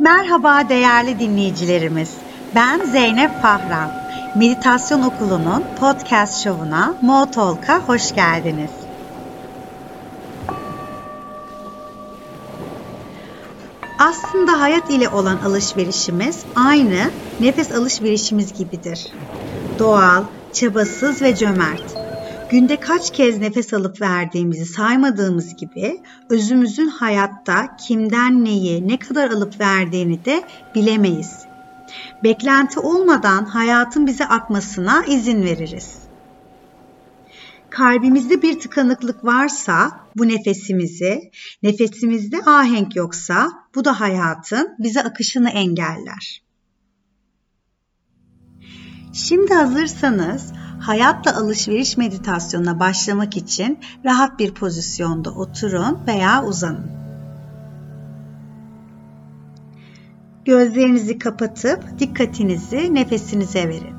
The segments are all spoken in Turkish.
Merhaba değerli dinleyicilerimiz. Ben Zeynep Fahran. Meditasyon Okulu'nun podcast şovuna Mo Talk'a hoş geldiniz. Aslında hayat ile olan alışverişimiz aynı nefes alışverişimiz gibidir. Doğal, çabasız ve cömert. Günde kaç kez nefes alıp verdiğimizi saymadığımız gibi özümüzün hayatta kimden neyi, ne kadar alıp verdiğini de bilemeyiz. Beklenti olmadan hayatın bize akmasına izin veririz. Kalbimizde bir tıkanıklık varsa bu nefesimizde ahenk yoksa bu da hayatın bize akışını engeller. Şimdi hazırsanız hayatla alışveriş meditasyonuna başlamak için rahat bir pozisyonda oturun veya uzanın. Gözlerinizi kapatıp dikkatinizi nefesinize verin.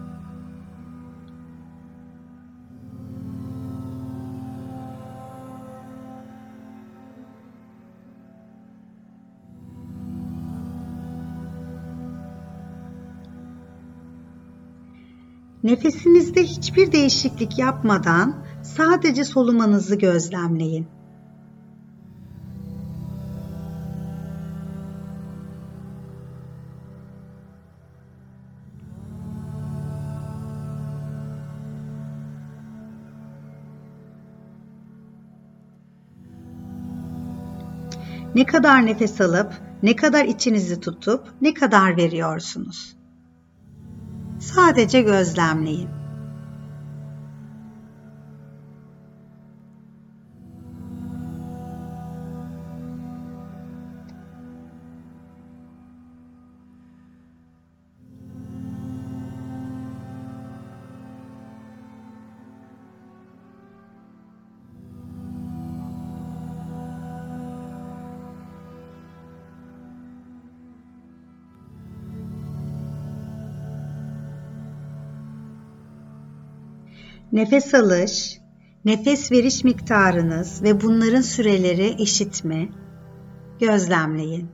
Nefesinizde hiçbir değişiklik yapmadan sadece solumanızı gözlemleyin. Ne kadar nefes alıp, ne kadar içinizi tutup, ne kadar veriyorsunuz? Sadece gözlemleyin. Nefes alış, nefes veriş miktarınız ve bunların süreleri eşit mi? Gözlemleyin.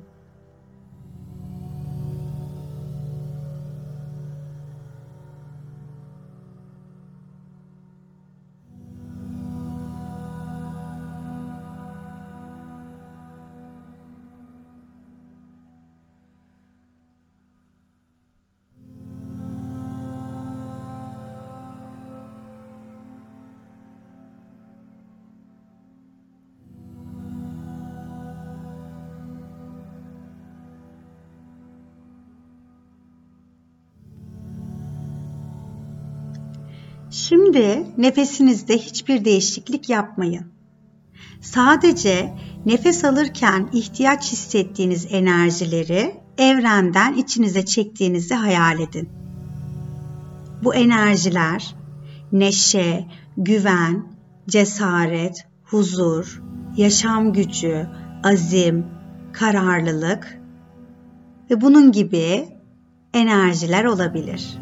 Şimdi nefesinizde hiçbir değişiklik yapmayın. Sadece nefes alırken ihtiyaç hissettiğiniz enerjileri evrenden içinize çektiğinizi hayal edin. Bu enerjiler neşe, güven, cesaret, huzur, yaşam gücü, azim, kararlılık ve bunun gibi enerjiler olabilir.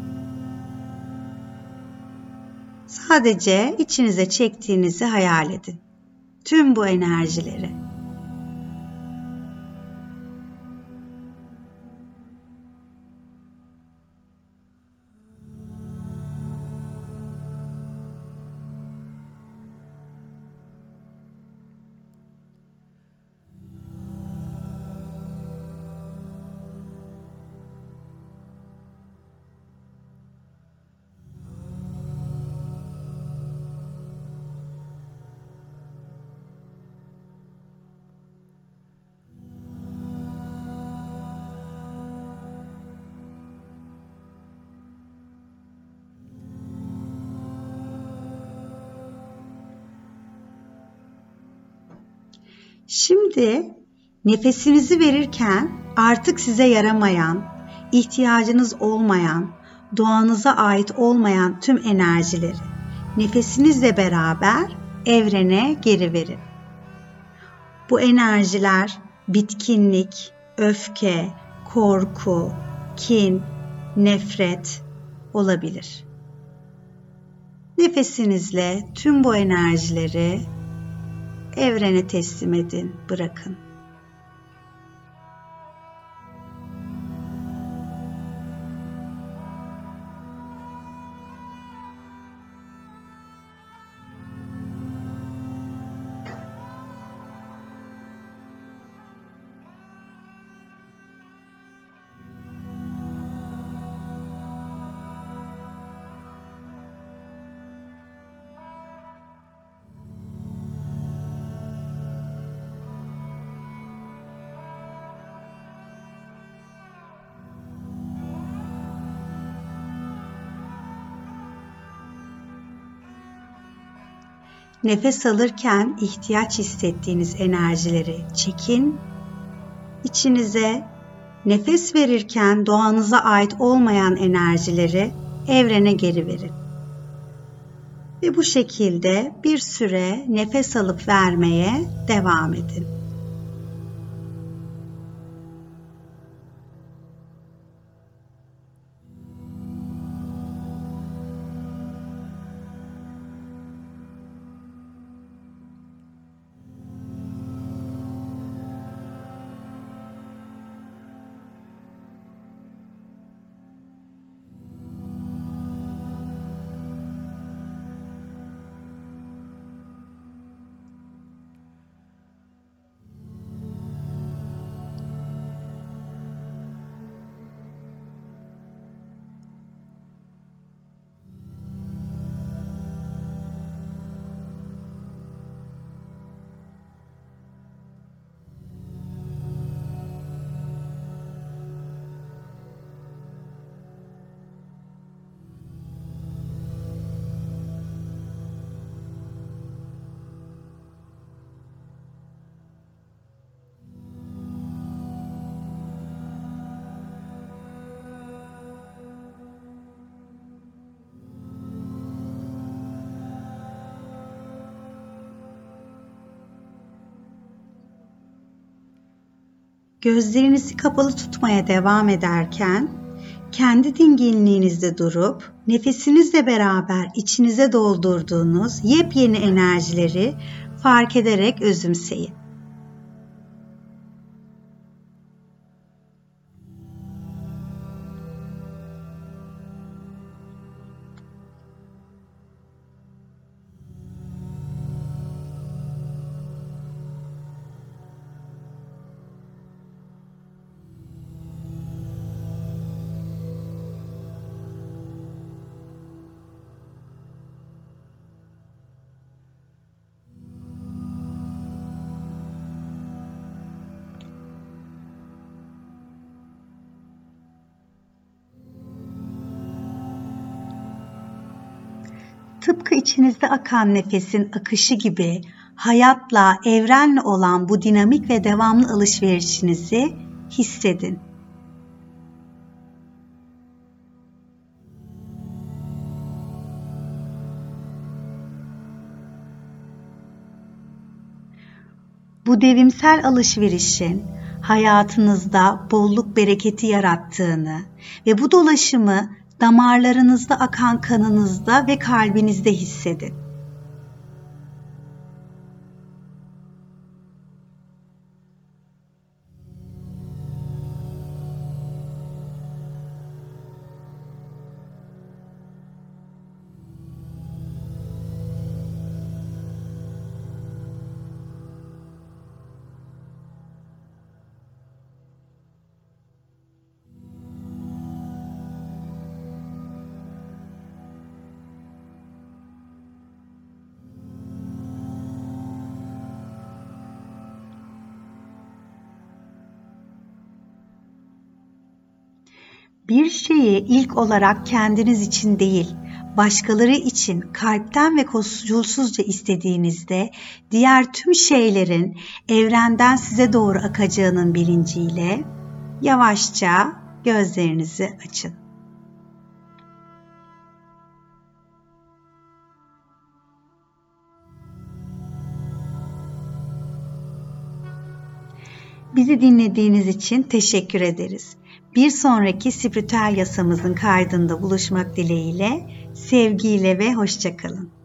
Sadece içinize çektiğinizi hayal edin. Tüm bu enerjileri. Şimdi nefesinizi verirken artık size yaramayan, ihtiyacınız olmayan, doğanıza ait olmayan tüm enerjileri nefesinizle beraber evrene geri verin. Bu enerjiler bitkinlik, öfke, korku, kin, nefret olabilir. Nefesinizle tüm bu enerjileri evrene teslim edin, bırakın. Nefes alırken ihtiyaç hissettiğiniz enerjileri çekin içinize. Nefes verirken doğanıza ait olmayan enerjileri evrene geri verin. Ve bu şekilde bir süre nefes alıp vermeye devam edin. Gözlerinizi kapalı tutmaya devam ederken, kendi dinginliğinizde durup, nefesinizle beraber içinize doldurduğunuz yepyeni enerjileri fark ederek özümseyin. Tıpkı içinizde akan nefesin akışı gibi hayatla, evrenle olan bu dinamik ve devamlı alışverişinizi hissedin. Bu devrimsel alışverişin hayatınızda bolluk bereketi yarattığını ve bu dolaşımı damarlarınızda akan kanınızda ve kalbinizde hissedin. Bir şeyi ilk olarak kendiniz için değil, başkaları için kalpten ve koşulsuzca istediğinizde diğer tüm şeylerin evrenden size doğru akacağının bilinciyle yavaşça gözlerinizi açın. Bizi dinlediğiniz için teşekkür ederiz. Bir sonraki spiritüel yasamızın kaydında buluşmak dileğiyle, sevgiyle ve hoşça kalın.